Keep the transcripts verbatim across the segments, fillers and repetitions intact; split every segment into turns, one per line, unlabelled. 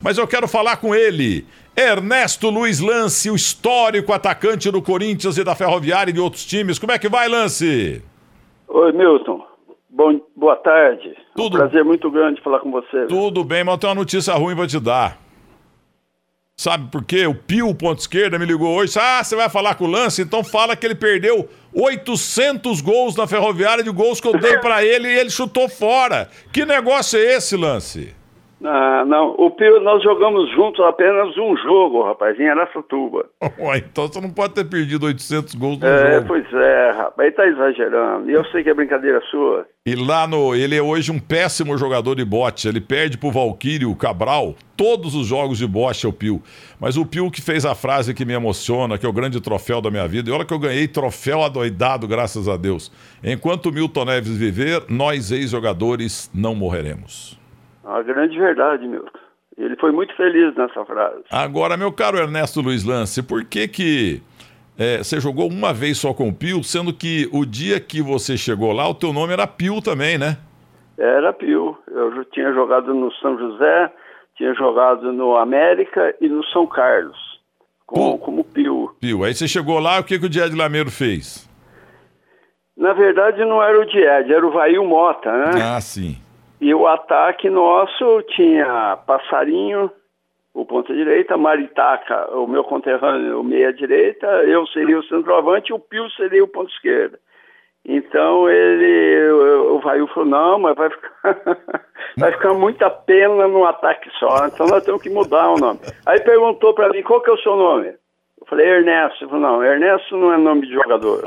mas eu quero falar com ele. Ernesto Luiz Lance, o histórico atacante do Corinthians e da Ferroviária e de outros times. Como é que vai, Lance?
Oi, Milton. Bom, boa tarde.
Tudo...
É um prazer muito grande falar com você.
Tudo bem, mas eu tenho uma notícia ruim pra te dar. Sabe por quê? O Pio, ponto esquerda, me ligou hoje. Ah, você vai falar com o Lance? Então fala que ele perdeu oitocentos gols na Ferroviária, de gols que eu dei pra ele e ele chutou fora. Que negócio é esse, Lance?
Ah, não, o Pio, nós jogamos juntos apenas um jogo, rapaz, em Araçatuba.
Oh, então você não pode ter perdido oitocentos gols no
é,
jogo.
Pois é, rapaz, ele tá exagerando. E eu sei que é brincadeira sua.
E lá no... Ele é hoje um péssimo jogador de bote. Ele perde pro Valquírio Cabral todos os jogos de bote, é o Pio. Mas o Pio que fez a frase que me emociona, que é o grande troféu da minha vida. E olha que eu ganhei troféu adoidado, graças a Deus. Enquanto o Milton Neves viver, nós ex-jogadores não morreremos.
A grande verdade, Milton. Ele foi muito feliz nessa frase.
Agora, meu caro Ernesto Luiz Lance, por que que é, você jogou uma vez só com o Pio, sendo que o dia que você chegou lá, o teu nome era Pio também, né?
Era Pio. Eu tinha jogado no São José, tinha jogado no América e no São Carlos, como, como Pio.
Pio. Aí você chegou lá, o que, que o Died Lameiro fez?
Na verdade, não era o Died, era o Vail Mota, né?
Ah, sim.
E o ataque nosso tinha Passarinho, o ponta-direita, Maritaca, o meu conterrâneo, o meia-direita, eu seria o centroavante e o Pio seria o ponta-esquerda. Então ele, o Vail falou, não, mas vai ficar, vai ficar muita pena num ataque só, então nós temos que mudar o nome. Aí perguntou para mim, qual que é o seu nome? Eu falei, Ernesto. Ele falou, não, Ernesto não é nome de jogador.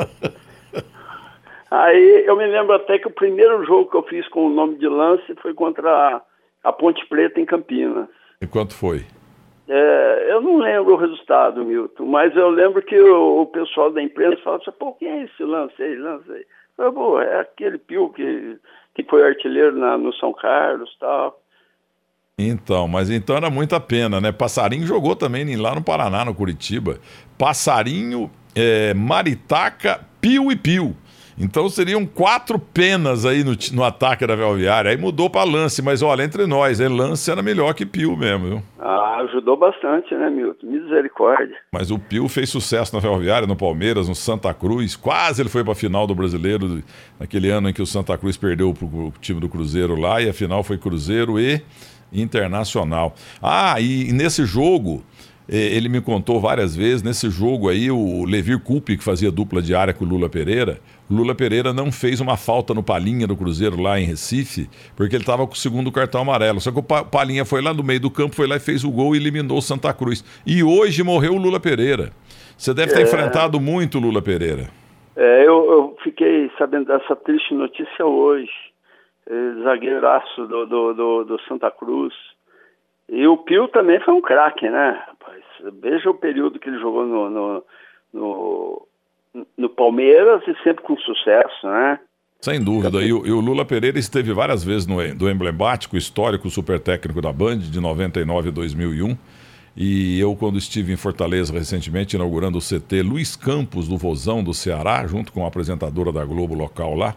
Aí eu me lembro até que o primeiro jogo que eu fiz com o nome de Lance foi contra a, a Ponte Preta em Campinas.
E quanto foi?
É, eu não lembro o resultado, Milton, mas eu lembro que o, o pessoal da imprensa falava assim, pô, quem é esse Lance aí, Lance aí? Eu falei, pô, é aquele Pio que, que foi artilheiro na, no São Carlos e tal.
Então, mas então era muita pena, né? Passarinho jogou também lá no Paraná, no Curitiba. Passarinho, é, Maritaca, Pio e Pio. Então seriam quatro penas aí no, no ataque da Ferroviária. Aí mudou para Lance, mas olha, entre nós, hein? Lance era melhor que Pio mesmo, viu?
Ah, ajudou bastante, né, Milton? Misericórdia.
Mas o Pio fez sucesso na Ferroviária, no Palmeiras, no Santa Cruz. Quase ele foi para a final do Brasileiro, naquele ano em que o Santa Cruz perdeu para o time do Cruzeiro lá, e a final foi Cruzeiro e Internacional. Ah, e, e nesse jogo... Ele me contou várias vezes, nesse jogo aí, o Levir Coupe, que fazia dupla diária com o Lula Pereira, o Lula Pereira não fez uma falta no Palinha do Cruzeiro lá em Recife, porque ele estava com o segundo cartão amarelo. Só que o Palinha foi lá no meio do campo, foi lá e fez o gol e eliminou o Santa Cruz. E hoje morreu o Lula Pereira. Você deve ter é... enfrentado muito o Lula Pereira.
É, eu, eu fiquei sabendo dessa triste notícia hoje. É, zagueiraço do, do, do, do Santa Cruz. E o Pio também foi um craque, né, rapaz? Veja o período que ele jogou no, no, no, no Palmeiras e sempre com sucesso, né?
Sem dúvida. E o, e o Lula Pereira esteve várias vezes no do emblemático, histórico, super técnico da Band, de noventa e nove a dois mil e um. E eu, quando estive em Fortaleza recentemente, inaugurando o C T Luiz Campos, do Vozão, do Ceará, junto com a apresentadora da Globo local lá,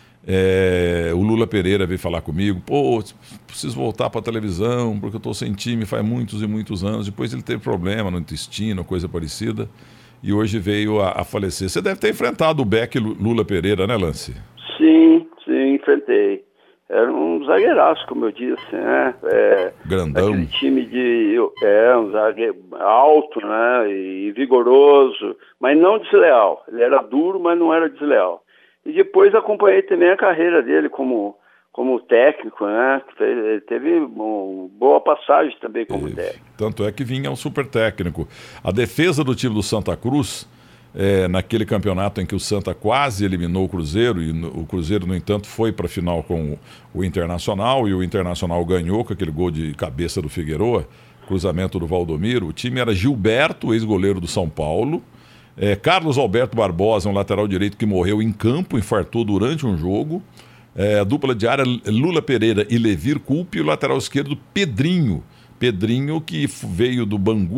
É, o Lula Pereira veio falar comigo, pô, preciso voltar para a televisão, porque eu estou sem time faz muitos e muitos anos. Depois ele teve problema no intestino, coisa parecida, e hoje veio a, a falecer. Você deve ter enfrentado o Beck Lula Pereira, né, Lance?
Sim, sim, enfrentei. Era um zagueiraço, como eu disse, né? É,
grandão.
Aquele time de... É, um zagueiro alto, né? E vigoroso, mas não desleal. Ele era duro, mas não era desleal. E depois acompanhei também a carreira dele como, como técnico, né? Ele teve uma boa passagem também como
e,
técnico.
Tanto é que vinha um super técnico. A defesa do time do Santa Cruz, é, naquele campeonato em que o Santa quase eliminou o Cruzeiro, e no, o Cruzeiro, no entanto, foi para a final com o, o Internacional, e o Internacional ganhou com aquele gol de cabeça do Figueroa, cruzamento do Valdomiro. O time era Gilberto, ex-goleiro do São Paulo, É, Carlos Alberto Barbosa, um lateral direito que morreu em campo, infartou durante um jogo. É, a dupla de área, Lula Pereira e Levir Coupe, e o lateral esquerdo, Pedrinho. Pedrinho, que veio do Bangu,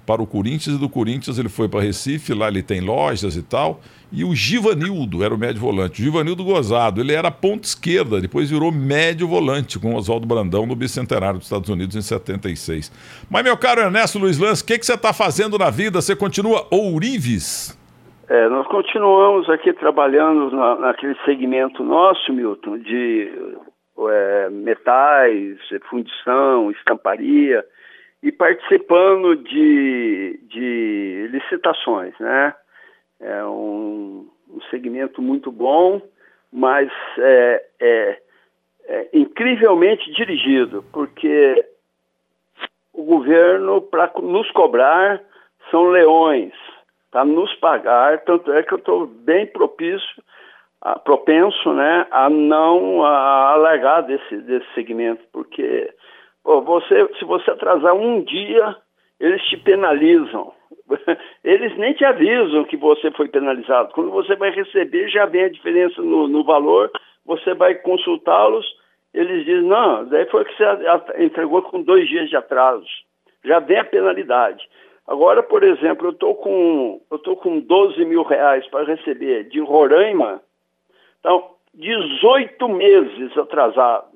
para o Corinthians, e do Corinthians ele foi para Recife, lá ele tem lojas e tal. E o Givanildo era o médio volante. O Givanildo Gozado, ele era ponta esquerda, depois virou médio volante com o Oswaldo Brandão no bicentenário dos Estados Unidos em setenta e seis. Mas, meu caro Ernesto Luiz Lance, o que, que você está fazendo na vida? Você continua ourives?
É, nós continuamos aqui trabalhando na, naquele segmento nosso, Milton, de é, metais, fundição, estamparia, e participando de, de licitações, né? É um, um segmento muito bom, mas é, é, é incrivelmente dirigido, porque o governo, para nos cobrar, são leões, para nos pagar, tanto é que eu estou bem propício, a, propenso, né, a não a alargar desse, desse segmento, porque pô, você, se você atrasar um dia, eles te penalizam. Eles nem te avisam que você foi penalizado. Quando você vai receber, já vem a diferença no, no valor, você vai consultá-los, eles dizem, não, daí foi que você entregou com dois dias de atraso. Já vem a penalidade. Agora, por exemplo, eu estou com, eu tô com doze mil reais para receber de Roraima, então, dezoito meses atrasado.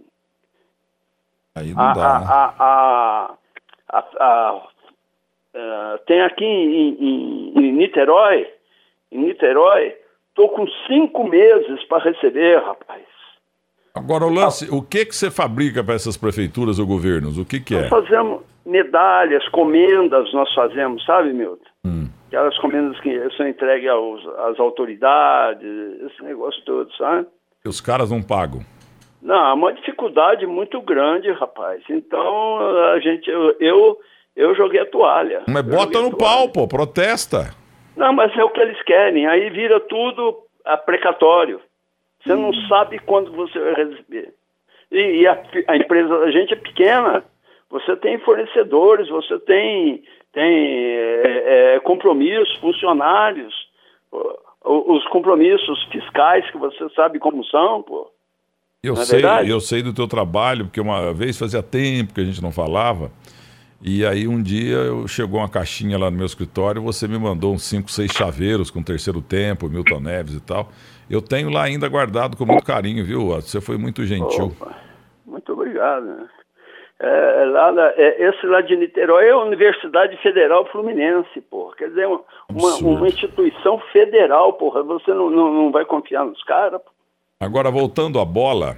Aí não dá,
a,
né?
a, a, a, a, a Uh, tem aqui em, em, em Niterói, em Niterói, estou com cinco meses para receber, rapaz.
Agora, o lance, o que que você fabrica para essas prefeituras ou governos? O que que é?
Nós fazemos medalhas, comendas, nós fazemos, sabe, Milton?
Hum.
Aquelas comendas que são entregues aos, às autoridades, esse negócio todo, sabe?
E os caras não pagam.
Não, é uma dificuldade muito grande, rapaz. Então, a gente, eu... eu Eu joguei a toalha.
Mas bota no pau, pô, protesta.
Não, mas é o que eles querem. Aí vira tudo a precatório. Você hum. não sabe quando você vai receber. E, e a, a empresa da gente é pequena. Você tem fornecedores, você tem, tem é, é, compromissos, funcionários, os compromissos fiscais que você sabe como são, pô.
Eu sei, eu sei do teu trabalho, porque uma vez fazia tempo que a gente não falava. E aí um dia eu, chegou uma caixinha lá no meu escritório, você me mandou uns cinco, seis chaveiros com Terceiro Tempo, Milton Neves e tal. Eu tenho lá ainda guardado com muito carinho, viu? Você foi muito gentil.
Opa, muito obrigado. Né? É, lá, é, esse lá de Niterói é a Universidade Federal Fluminense, porra. Quer dizer, uma, uma, uma instituição federal, porra. Você não, não, não vai confiar nos caras?
Agora, voltando à bola...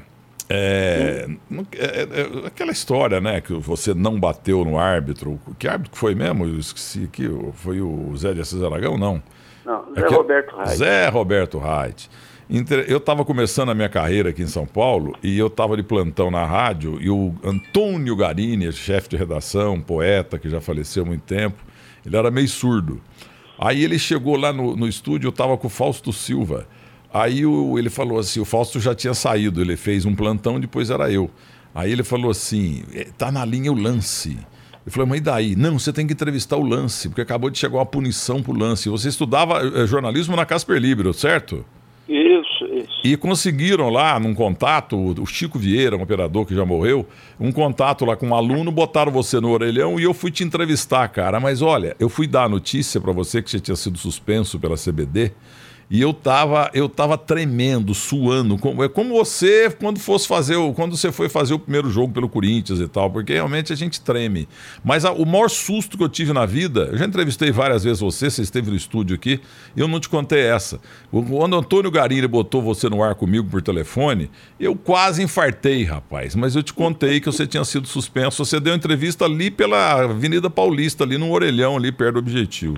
É, é, é, aquela história, né, que você não bateu no árbitro. Que árbitro foi mesmo? Eu esqueci aqui. Foi o Zé de Assis Aragão? Não.
Não, Zé Aqui, Roberto Reit.
Zé Roberto Reit. Eu estava começando a minha carreira aqui em São Paulo e eu estava de plantão na rádio e o Antônio Garini, chefe de redação, poeta que já faleceu há muito tempo, ele era meio surdo. Aí ele chegou lá no, no estúdio, eu estava com o Fausto Silva. Aí o, ele falou assim, o Fausto já tinha saído, ele fez um plantão, depois era eu. Aí ele falou assim, tá na linha o Lance. Eu falei, mas e daí? Não, você tem que entrevistar o Lance, porque acabou de chegar uma punição pro Lance. Você estudava jornalismo na Casper Libero, certo?
Isso, isso.
E conseguiram lá, num contato, o Chico Vieira, um operador que já morreu, um contato lá com um aluno, botaram você no orelhão e eu fui te entrevistar, cara. Mas olha, eu fui dar a notícia para você que você tinha sido suspenso pela C B D, e eu tava, eu tava tremendo, suando, como, é como você quando fosse fazer o, quando você foi fazer o primeiro jogo pelo Corinthians e tal, porque realmente a gente treme. Mas a, o maior susto que eu tive na vida, eu já entrevistei várias vezes você, você esteve no estúdio aqui, e eu não te contei essa. Quando o Antônio Garini botou você no ar comigo por telefone, eu quase infartei, rapaz, mas eu te contei que você tinha sido suspenso, você deu entrevista ali pela Avenida Paulista, ali no orelhão, ali perto do Objetivo.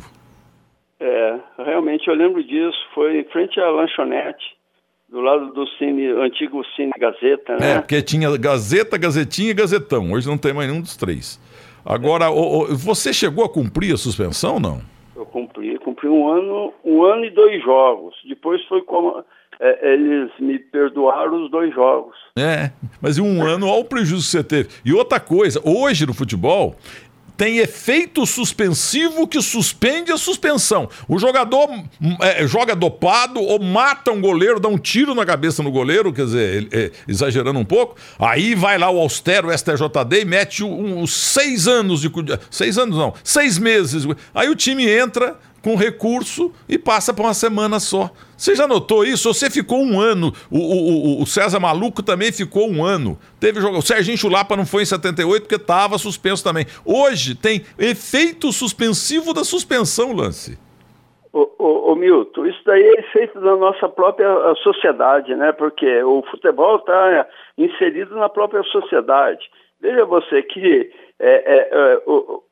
É, realmente eu lembro disso, foi em frente à lanchonete, do lado do cine, antigo Cine Gazeta, né?
É, porque tinha Gazeta, Gazetinha e Gazetão, hoje não tem mais nenhum dos três. Agora, o, o, você chegou a cumprir a suspensão ou não?
Eu cumpri, cumpri um ano, um ano e dois jogos, depois foi como... É, eles me perdoaram os dois jogos.
É, mas em um ano, olha o prejuízo que você teve. E outra coisa, hoje no futebol... tem efeito suspensivo que suspende a suspensão. O jogador é, joga dopado ou mata um goleiro, dá um tiro na cabeça no goleiro, quer dizer, é, exagerando um pouco, aí vai lá o austero, o S T J D e mete uns um, seis anos de... Seis anos não, seis meses. Aí o time entra com recurso e passa por uma semana só. Você já notou isso? Você ficou um ano. O, o, o César Maluco também ficou um ano. Teve jogo... O Serginho Chulapa não foi em setenta e oito porque estava suspenso também. Hoje tem efeito suspensivo da suspensão, Lance.
Ô, ô, ô Milton, isso daí é efeito da nossa própria sociedade, né? Porque o futebol está inserido na própria sociedade. Veja você que é, é, é, o,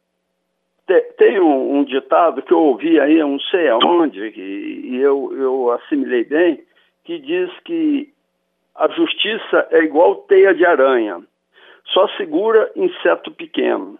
tem um, um ditado que eu ouvi aí, eu não sei aonde, e, e eu, eu assimilei bem, que diz que a justiça é igual teia de aranha, só segura inseto pequeno.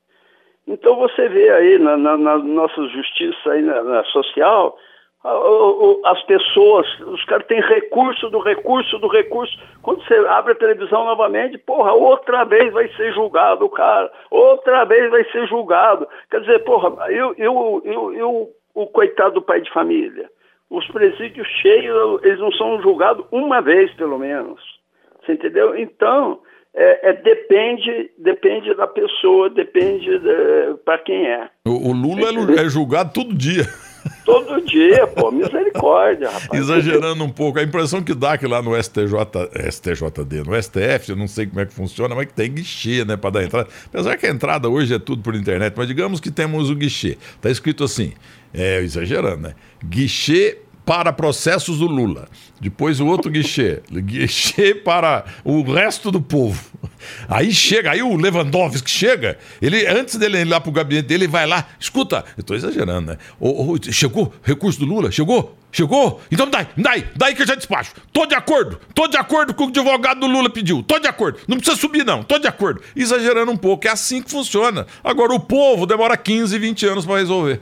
Então você vê aí na, na, na nossa justiça aí na, na social, a, a, as pessoas, os caras têm recurso do recurso do recurso. Quando você abre a televisão novamente, porra, outra vez vai ser julgado o cara, outra vez vai ser julgado. Quer dizer, porra, eu, eu, eu, eu, o coitado do pai de família, os presídios cheios, eles não são julgados uma vez, pelo menos. Você entendeu? Então, é, é, depende, depende da pessoa, depende de, para quem é.
O, o Lula é, é julgado todo dia.
Todo dia, pô, misericórdia, rapaz.
Exagerando um pouco, a impressão que dá que lá no S T J, S T J D, no S T F, eu não sei como é que funciona, mas que tem guichê, né, para dar entrada. Apesar que a entrada hoje é tudo por internet, mas digamos que temos o guichê. Tá escrito assim, é, exagerando, né? Guichê para processos do Lula. Depois o outro guichê, guichê para o resto do povo. Aí chega, aí o Lewandowski chega, ele, antes dele ir lá pro gabinete dele, ele vai lá, escuta, eu tô exagerando, né? O, o, chegou recurso do Lula? Chegou? Chegou? Então dai, dai, daí que eu já despacho. Tô de acordo, tô de acordo com o que o advogado do Lula pediu, tô de acordo, não precisa subir não, tô de acordo. Exagerando um pouco, é assim que funciona. Agora o povo demora quinze, vinte anos para resolver.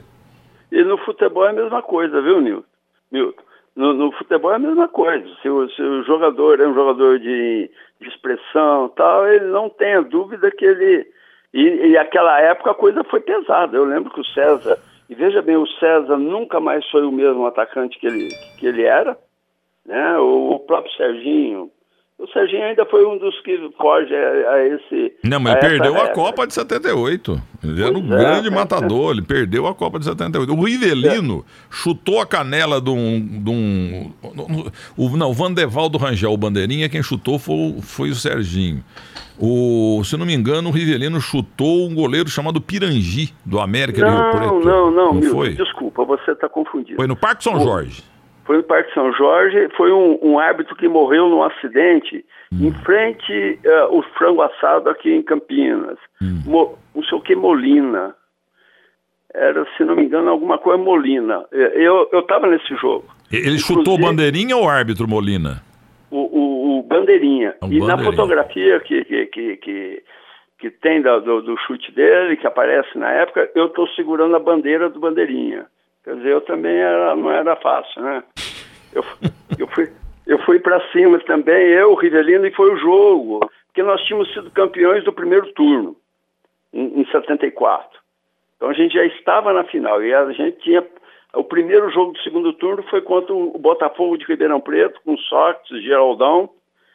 E no futebol é a mesma coisa, viu, Nilton? Milton, no, no futebol é a mesma coisa. Se o, se o jogador é um jogador de, de expressão tal, ele não tem a dúvida que ele... E, e aquela época a coisa foi pesada. Eu lembro que o César... E veja bem, o César nunca mais foi o mesmo atacante que ele, que ele era, né? O, o próprio Serginho... O Serginho ainda foi um dos que foge a, a esse...
Não, mas ele perdeu a Copa de setenta e oito. Ele era um grande matador, ele perdeu a Copa de setenta e oito. O Rivelino chutou a canela de um... De um o, não, o Vandevaldo Rangel, o Bandeirinha, quem chutou foi, foi o Serginho. O, se não me engano, o Rivelino chutou um goleiro chamado Pirangi, do América
não,
de Rio Preto.
Não, não, não,
foi?
Desculpa, você está confundido.
Foi no Parque São Jorge.
Foi no Parque São Jorge, foi um, um árbitro que morreu num acidente hum. em frente ao uh, frango assado aqui em Campinas. Hum. Mo, não sei o que, Molina. Era, se não me engano, alguma coisa Molina. Eu estava nesse jogo.
Ele Inclusive, chutou o Bandeirinha ou o árbitro Molina?
O, o, o Bandeirinha.
Um
e
bandeirinha.
Na fotografia que, que, que, que, que tem do, do, do chute dele, que aparece na época, eu estou segurando a bandeira do Bandeirinha. Quer dizer, eu também era, não era fácil, né? Eu, eu fui, eu fui para cima também, eu, o Rivelino, e foi o jogo. Porque nós tínhamos sido campeões do primeiro turno, em, em setenta e quatro. Então a gente já estava na final. E a gente tinha... O primeiro jogo do segundo turno foi contra o Botafogo de Ribeirão Preto, com Sócrates, Geraldão.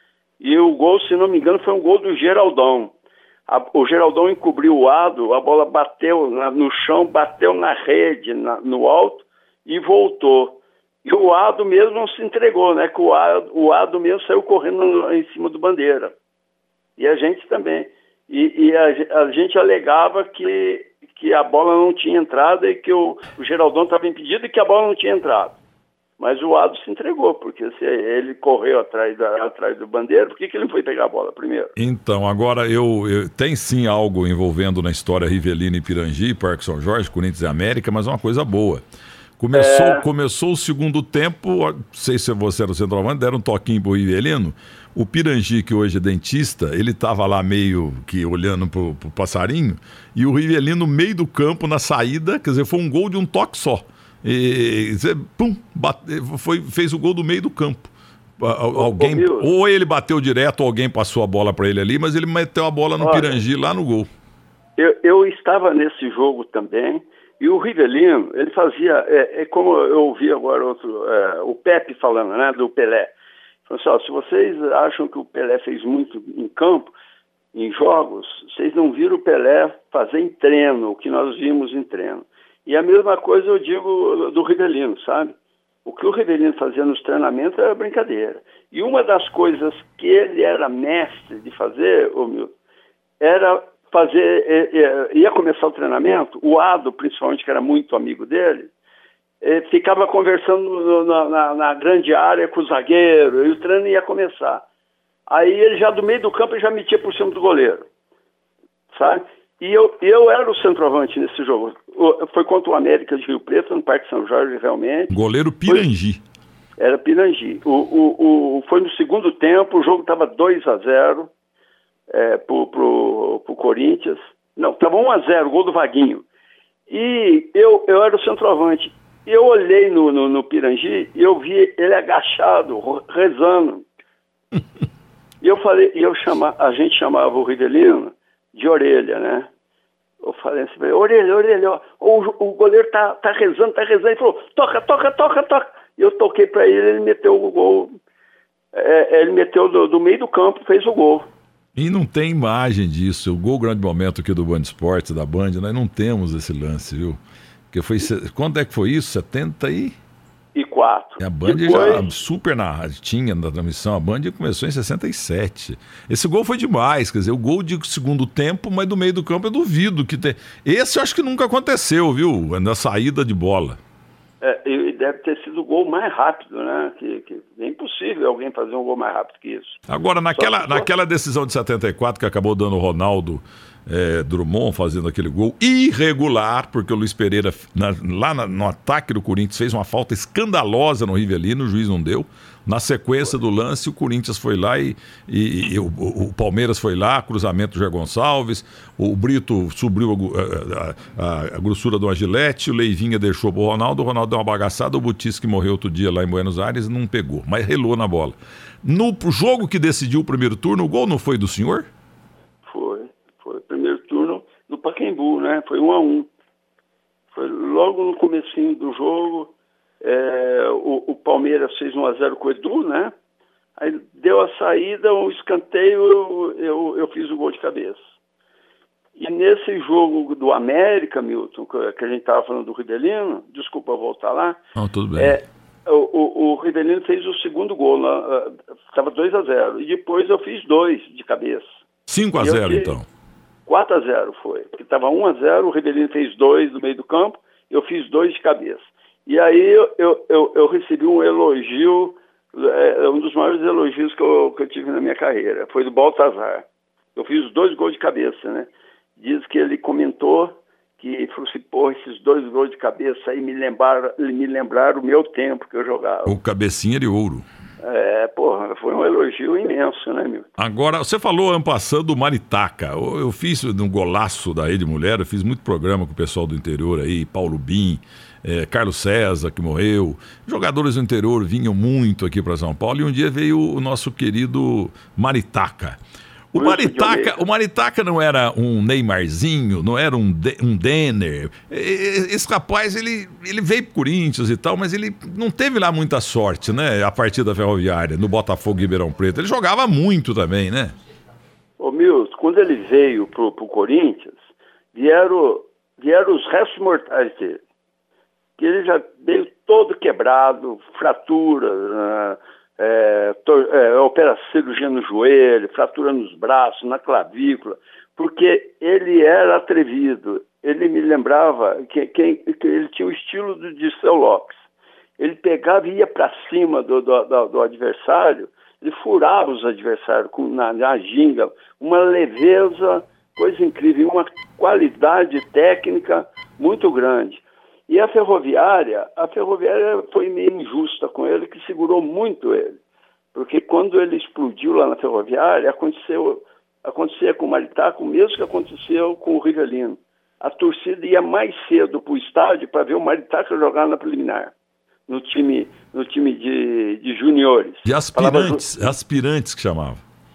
E o gol, se não me engano, foi um gol do Geraldão. A, o Geraldão encobriu o Ado, a bola bateu na, no chão, bateu na rede, na, no alto, e voltou. E o Ado mesmo não se entregou, né? Que o Ado, o Ado mesmo saiu correndo no, em cima do Bandeira. E a gente também. E, e a, a gente alegava que, que a bola não tinha entrado e que o, o Geraldão estava impedido e que a bola não tinha entrado. Mas o Ado se entregou, porque se ele correu atrás, da, atrás do Bandeira, por que, que ele não foi pegar a bola primeiro?
Então, agora, eu, eu tem sim algo envolvendo na história Rivelino e Pirangi, Parque São Jorge, Corinthians e América, mas é uma coisa boa. Começou, é... começou o segundo tempo, não sei se você era o centroavante, deram um toquinho pro Rivelino. O Pirangi, que hoje é dentista, ele estava lá meio que olhando pro, pro passarinho, e o Rivelino no meio do campo, na saída, quer dizer, foi um gol de um toque só. E, e pum, bate, foi, fez o gol do meio do campo. Alguém, ou ele bateu direto ou alguém passou a bola para ele ali, mas ele meteu a bola no Olha, Pirangi lá no gol.
eu, eu estava nesse jogo também, e o Rivelino, ele fazia, é, é como eu ouvi agora outro, é, o Pepe falando, né, do Pelé. Falou assim, ó, se vocês acham que o Pelé fez muito em campo, em jogos, vocês não viram o Pelé fazer em treino, o que nós vimos em treino. E a mesma coisa eu digo do Rivelino, sabe? O que o Rivelino fazia nos treinamentos era brincadeira. E uma das coisas que ele era mestre de fazer, ô Milton, era fazer, ia começar o treinamento, o Ado, principalmente, que era muito amigo dele, ficava conversando na, na, na grande área com o zagueiro, e o treino ia começar. Aí ele já do meio do campo já metia por cima do goleiro, sabe? E eu, eu era o centroavante nesse jogo. Foi contra o América de Rio Preto, no Parque São Jorge, realmente.
Goleiro Pirangi.
Foi, era Pirangi. O, o, o, foi no segundo tempo, o jogo estava dois a zero é, pro, pro, pro Corinthians. Não, estava um a zero, gol do Vaguinho. E eu, eu era o centroavante. Eu olhei no, no, no Pirangi e eu vi ele agachado, rezando. E eu falei, eu chama, a gente chamava o Rivelino de orelha, né? Eu falei assim, orelha, orelha, ó, o, o goleiro tá, tá rezando, tá rezando. Ele falou, toca, toca, toca, toca. E eu toquei pra ele, ele meteu o gol. É, ele meteu do, do meio do campo, fez o gol.
E não tem imagem disso. O gol grande momento aqui do Band Esportes, da Band, nós não temos esse lance, viu? Porque foi, quando é que foi isso? setenta e...
E quatro.
E a Band
Depois...
já super na, tinha na transmissão, a Band começou em sessenta e sete. Esse gol foi demais, quer dizer, o gol de segundo tempo, mas do meio do campo eu duvido que tem. Esse eu acho que nunca aconteceu, viu? Na saída de bola.
É, e deve ter sido o gol mais rápido, né? Que, que é impossível alguém fazer um gol mais rápido que isso.
Agora, naquela,
só...
naquela decisão de setenta e quatro que acabou dando o Ronaldo é, Drummond fazendo aquele gol irregular, porque o Luiz Pereira, na, lá na, no ataque do Corinthians, fez uma falta escandalosa no Rivelino, o juiz não deu. Na sequência do lance, o Corinthians foi lá e, e, e o, o Palmeiras foi lá, cruzamento do Jair Gonçalves, o Brito subiu a, a, a, a grossura do Agilete, o Leivinha deixou pro Ronaldo, o Ronaldo deu uma bagaçada, o Butis, que morreu outro dia lá em Buenos Aires, não pegou, mas relou na bola. No jogo que decidiu o primeiro turno, o gol não foi do senhor?
Foi, foi. Primeiro turno do Pacaembu, né? Foi um a um. Foi logo no comecinho do jogo. É, o, o Palmeiras fez um a zero com o Edu, né? Aí deu a saída, um escanteio, eu, eu, eu fiz o gol de cabeça. E nesse jogo do América, Milton, que a gente estava falando do Rivelino, desculpa voltar lá.
Não, tudo bem.
É, o, o, o Rivelino fez o segundo gol, estava dois a zero. E depois eu fiz dois de cabeça.
cinco a zero, então?
quatro a zero foi. Porque estava um a zero, o Rivelino fez dois no meio do campo, eu fiz dois de cabeça. E aí eu, eu, eu, eu recebi um elogio, é, um dos maiores elogios que eu, que eu tive na minha carreira, foi do Baltazar. Eu fiz os dois gols de cabeça, né? Diz que ele comentou que falou assim, pô, esses dois gols de cabeça aí me lembraram, me lembraram o meu tempo que eu jogava.
O cabecinha de ouro.
É, porra, foi um elogio imenso, né, meu?
Agora, você falou ano passado do Maritaca. Eu, eu fiz no golaço da Rede Mulher, eu fiz muito programa com o pessoal do interior aí, Paulo Bim, é, Carlos César, que morreu. Jogadores do interior vinham muito aqui para São Paulo e um dia veio o nosso querido Maritaca. O Maritaca, o Maritaca não era um Neymarzinho, não era um, de, um Denner. Esse rapaz, ele, ele veio pro Corinthians e tal, mas ele não teve lá muita sorte, né? A partir da Ferroviária, no Botafogo e Ribeirão Preto. Ele jogava muito também, né?
Ô Milton, quando ele veio pro, pro Corinthians, vieram, vieram os restos mortais dele. Que ele já veio todo quebrado, fratura, né? É, tor- é, opera cirurgia no joelho, fratura nos braços, na clavícula, porque ele era atrevido. Ele me lembrava que, que, que ele tinha o estilo do Dirceu Lopes. Ele pegava e ia para cima do, do, do, do adversário, ele furava os adversários com, na, na ginga, uma leveza, coisa incrível, uma qualidade técnica muito grande. E a Ferroviária, a Ferroviária foi meio injusta com ele, que segurou muito ele. Porque quando ele explodiu lá na Ferroviária, aconteceu, acontecia com o Maritaca o mesmo que aconteceu com o Rivelino. A torcida ia mais cedo para o estádio para ver o Maritaca jogar na preliminar, no time, no time de, de juniores.
De aspirantes, Falava... aspirantes que chamavam.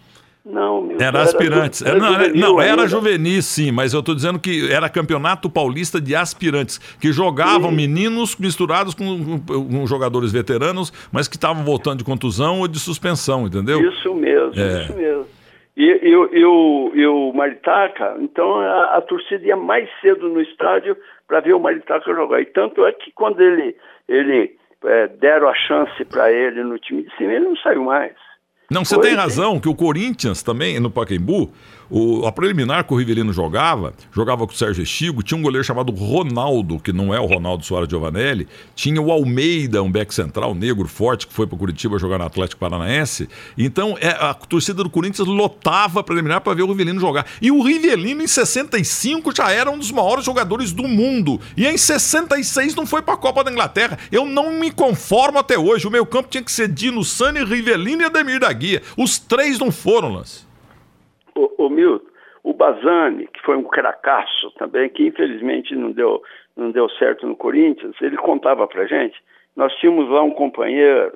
Não, meu,
Era aspirantes.
Era,
não,
juvenil
não era
ainda.
juvenis, sim, mas eu estou dizendo que era campeonato paulista de aspirantes, que jogavam
Sim.
meninos misturados com, com, com jogadores veteranos, mas que estavam voltando de contusão ou de suspensão, entendeu?
Isso mesmo,
É.
isso mesmo. E, e, o- e, o, e o Maritaca, então a, a torcida ia mais cedo no estádio para ver o Maritaca jogar. E tanto é que quando ele, ele é, deram a chance para ele no time de cima, ele não saiu mais.
Não, você
Foi,
tem razão, que o Corinthians também, no Pacaembu, o, a preliminar que o Rivelino jogava, jogava com o Sérgio Estigo, tinha um goleiro chamado Ronaldo, que não é o Ronaldo Soares Giovanelli, tinha o Almeida, um back central negro forte, que foi para Curitiba jogar no Atlético Paranaense. Então é, a torcida do Corinthians lotava a preliminar para ver o Rivelino jogar. E o Rivelino, em sessenta e cinco, já era um dos maiores jogadores do mundo. E em sessenta e seis não foi para a Copa da Inglaterra. Eu não me conformo até hoje. O meio campo tinha que ser Dino Sani, Rivelino e Ademir da Guia. Os três não foram, Lance.
O, o Milton, o Bazzani, que foi um cracaço também, que infelizmente não deu, não deu certo no Corinthians, ele contava pra gente, nós tínhamos lá um companheiro,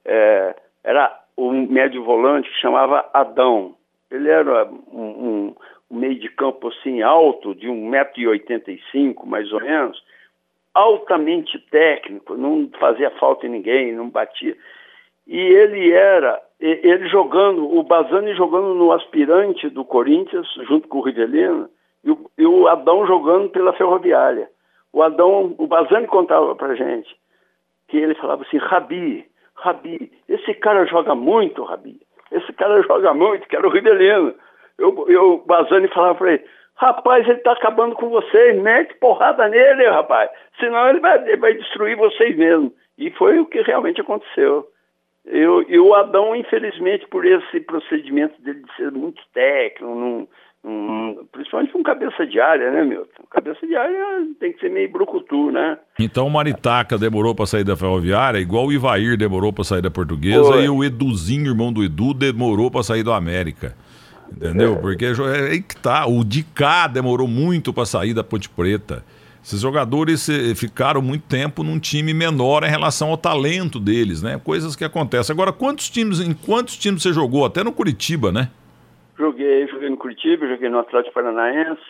é, era um médio volante que chamava Adão. Ele era um, um, um meio de campo assim alto, de um metro e oitenta e cinco, mais ou menos, altamente técnico, não fazia falta em ninguém, não batia. E ele era, ele jogando, o Bazzani jogando no aspirante do Corinthians, junto com o Rivelino, e o, e o Adão jogando pela Ferroviária. O Adão, o Bazzani contava pra gente, que ele falava assim, Rabi, Rabi, esse cara joga muito, Rabi, esse cara joga muito, que era o Rivelino. Eu, eu, o Bazzani falava pra ele, rapaz, ele tá acabando com vocês, mete porrada nele, rapaz, senão ele vai, ele vai destruir vocês mesmo. E foi o que realmente aconteceu. Eu, e o Adão, infelizmente, por esse procedimento dele de ser muito técnico, num, num, principalmente com cabeça de área, né, Milton? Cabeça de área tem que ser meio brucutu, né?
Então o Maritaca demorou para sair da Ferroviária, igual o Ivair demorou para sair da Portuguesa. Foi. E o Eduzinho, irmão do Edu, demorou para sair do América. Entendeu? É. Porque é aí que tá. O Dicá demorou muito para sair da Ponte Preta. Esses jogadores ficaram muito tempo num time menor em relação ao talento deles, né? Coisas que acontecem. Agora, quantos times, em quantos times você jogou? Até no Curitiba, né?
Joguei, joguei no Curitiba, joguei no Atlético Paranaense,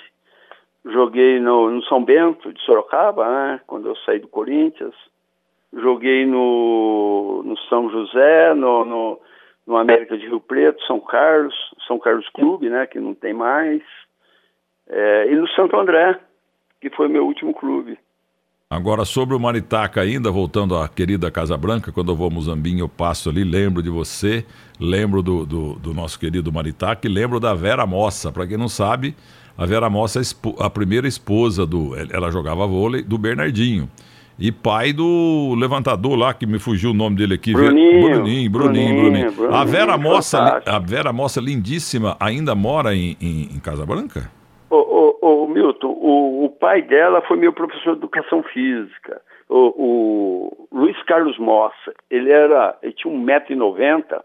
joguei no, no São Bento de Sorocaba, né? Quando eu saí do Corinthians. Joguei no, no São José, no, no, no América de Rio Preto, São Carlos, São Carlos Clube, né? Que não tem mais. É, e no Santo André, que foi meu último clube.
Agora, sobre o Maritaca ainda, voltando à querida Casa Branca, quando eu vou a Muzambinho, eu passo ali, lembro de você, lembro do, do, do nosso querido Maritaca e lembro da Vera Mossa. Para quem não sabe, a Vera Mossa é a primeira esposa, do, ela jogava vôlei, do Bernardinho. E pai do levantador lá, que me fugiu o nome dele aqui.
Bruninho.
Bruninho, Bruninho, Bruninho.
Bruninho, Bruninho
a, Vera Mossa,
fantástico.
a Vera Mossa, lindíssima, ainda mora em, em, em Casa Branca?
Ô, ô, ô, Milton, o, o pai dela foi meu professor de educação física, o, o Luiz Carlos Mossa. Ele, era, ele tinha um metro e noventa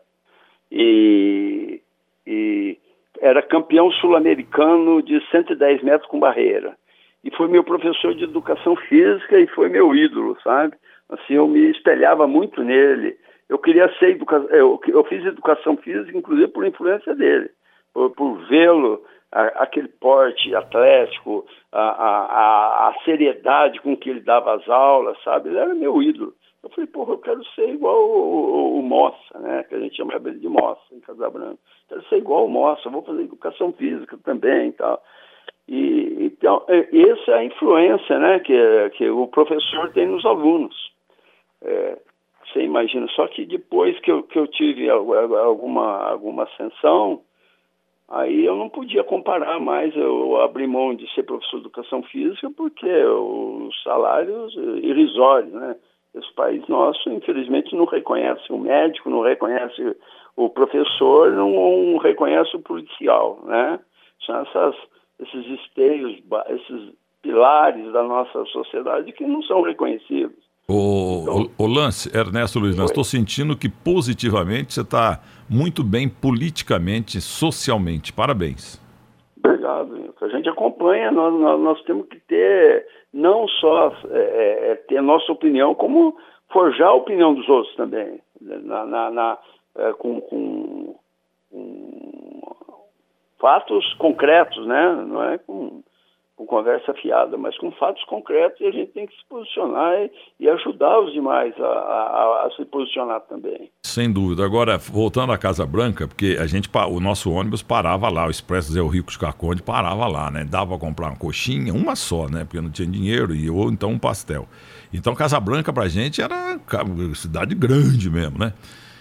e, e era campeão sul-americano de cento e dez metros com barreira. E foi meu professor de educação física e foi meu ídolo, sabe? Assim, eu me espelhava muito nele. Eu queria ser educação, eu, eu fiz educação física, inclusive por influência dele, por, por vê-lo, a, aquele porte atlético, a, a, a, a seriedade com que ele dava as aulas, sabe? Ele era meu ídolo. Eu falei, porra, eu quero ser igual o, o, o Mossa, né? Que a gente chamava ele de Mossa, em Casa Branca. Quero ser igual o Mossa, vou fazer educação física também e tal. E, então, essa é a influência, né, que, que o professor tem nos alunos. É, você imagina, só que depois que eu, que eu tive alguma, alguma ascensão, aí eu não podia comparar mais, eu abri mão de ser professor de educação física porque os salários irrisórios, né? Esse país nosso, infelizmente, não reconhece o médico, não reconhece o professor, não, não reconhece o policial, né? São essas... esses esteios, esses pilares da nossa sociedade que não são reconhecidos.
O,
então,
o, o Lance, Ernesto Luiz, estou sentindo que positivamente você está muito bem politicamente, socialmente. Parabéns.
Obrigado. A gente acompanha, nós, nós, nós temos que ter, não só é, é, ter a nossa opinião, como forjar a opinião dos outros também. Na, na, na, é, com, com, com fatos concretos, né? Não é com, com conversa fiada, mas com fatos concretos, e a gente tem que se posicionar e, e ajudar os demais a, a, a se posicionar também.
Sem dúvida. Agora, voltando à Casa Branca, porque a gente, o nosso ônibus parava lá, o Expresso Zé Rico Scarconde parava lá, né? Dava para comprar uma coxinha, uma só, né? Porque não tinha dinheiro, e, ou então um pastel. Então, Casa Branca pra gente era cidade grande mesmo, né?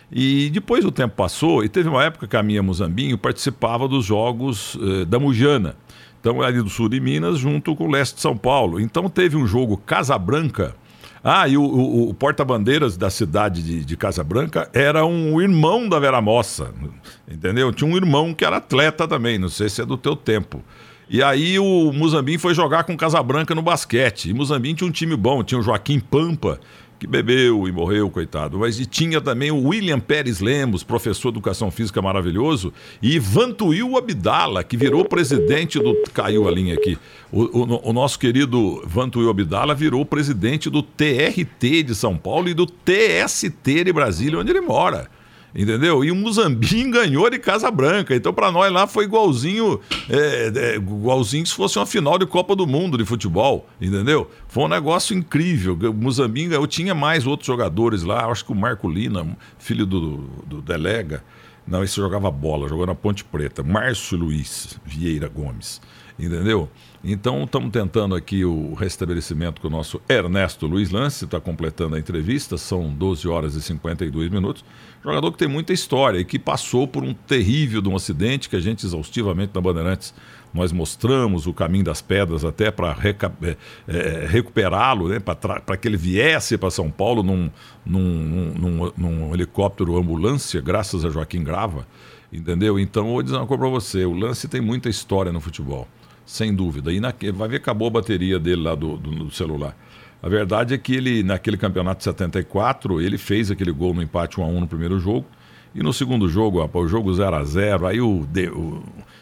E depois o tempo passou, e teve uma época que a minha Muzambinho participava dos jogos eh, da Mujana. Então, ali do sul de Minas, junto com o leste de São Paulo. Então, teve um jogo Casa Branca. Ah, e o, o, o porta-bandeiras da cidade de, de Casa Branca era um irmão da Vera Mossa, entendeu? Tinha um irmão que era atleta também, não sei se é do teu tempo. E aí o Muzambinho foi jogar com Casa Branca no basquete. E Muzambinho tinha um time bom, tinha o Joaquim Pampa, que bebeu e morreu, coitado. Mas e tinha também o William Pérez Lemos, professor de educação física maravilhoso, e Vantuil Abdala, que virou presidente do... Caiu a linha aqui. O, o, o nosso querido Vantuil Abdala virou presidente do T R T de São Paulo e do T S T de Brasília, onde ele mora. Entendeu? E o Muzambinho ganhou de Casa Branca. Então, para nós lá foi igualzinho, é, é, igualzinho se fosse uma final de Copa do Mundo de futebol. Entendeu? Foi um negócio incrível. O Muzambinho ganhou. Tinha mais outros jogadores lá. Acho que o Marco Lina, filho do, do Delega. Não, esse jogava bola, jogou na Ponte Preta. Márcio Luiz Vieira Gomes. Entendeu? Então, estamos tentando aqui o restabelecimento com o nosso Ernesto Luiz Lance, está completando a entrevista, são doze horas e cinquenta e dois minutos. Jogador que tem muita história e que passou por um terrível de um acidente que a gente exaustivamente na Bandeirantes nós mostramos o caminho das pedras até para é, é, recuperá-lo, né, para que ele viesse para São Paulo num, num, num, num helicóptero ambulância, graças a Joaquim Grava, entendeu? Então, eu vou dizer uma coisa para você, o Lance tem muita história no futebol. Sem dúvida. E na, vai ver que acabou a bateria dele lá do, do, do celular. A verdade é que ele, naquele campeonato de setenta e quatro, ele fez aquele gol no empate um a um no primeiro jogo. E no segundo jogo, rapaz, o jogo zero a zero, aí o, o,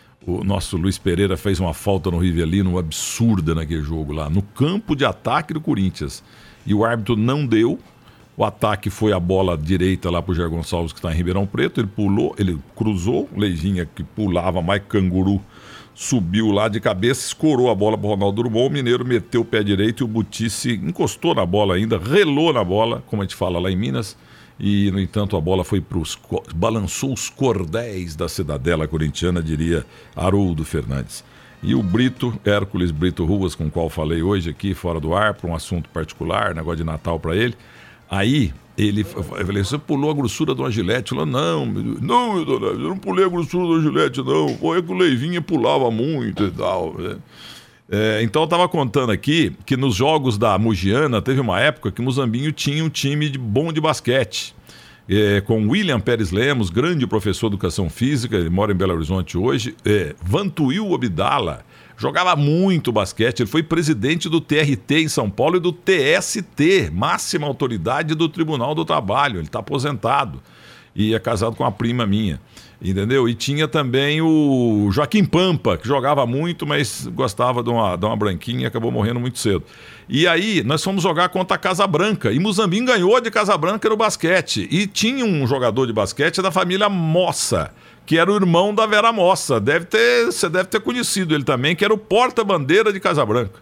o nosso Luiz Pereira fez uma falta no Rivelino absurda naquele jogo lá, no campo de ataque do Corinthians. E o árbitro não deu. O ataque foi a bola direita lá pro Jair Gonçalves, que está em Ribeirão Preto. Ele pulou, ele cruzou, Leivinha que pulava mais canguru, subiu lá de cabeça, escorou a bola para o Ronaldo Drummond, o Mineiro meteu o pé direito e o Butice encostou na bola ainda, relou na bola, como a gente fala lá em Minas, e no entanto a bola foi para os... balançou os cordéis da cidadela corintiana, diria Haroldo Fernandes. E o Brito, Hércules Brito Ruas, com o qual falei hoje aqui, fora do ar, para um assunto particular, negócio de Natal para ele, aí... Ele, eu falei, você pulou a grossura de uma gilete? Ele falou, não, não, eu não pulei a grossura de uma gilete, não. Foi que o Leivinha pulava muito e tal. É, então eu estava contando aqui que nos jogos da Mugiana teve uma época que o Muzambinho tinha um time de bom de basquete. É, com William Pérez Lemos, grande professor de educação física, ele mora em Belo Horizonte hoje. É, Vantuil Abdala, jogava muito basquete, ele foi presidente do T R T em São Paulo e do T S T, máxima autoridade do Tribunal do Trabalho, ele está aposentado e é casado com uma prima minha, entendeu? E tinha também o Joaquim Pampa, que jogava muito, mas gostava de uma, de uma branquinha e acabou morrendo muito cedo. E aí nós fomos jogar contra a Casa Branca, e Muzambinho ganhou de Casa Branca no basquete, e tinha um jogador de basquete da família Mossa, que era o irmão da Vera Mossa. Deve ter, você deve ter conhecido ele também, que era o porta-bandeira de Casa Branca.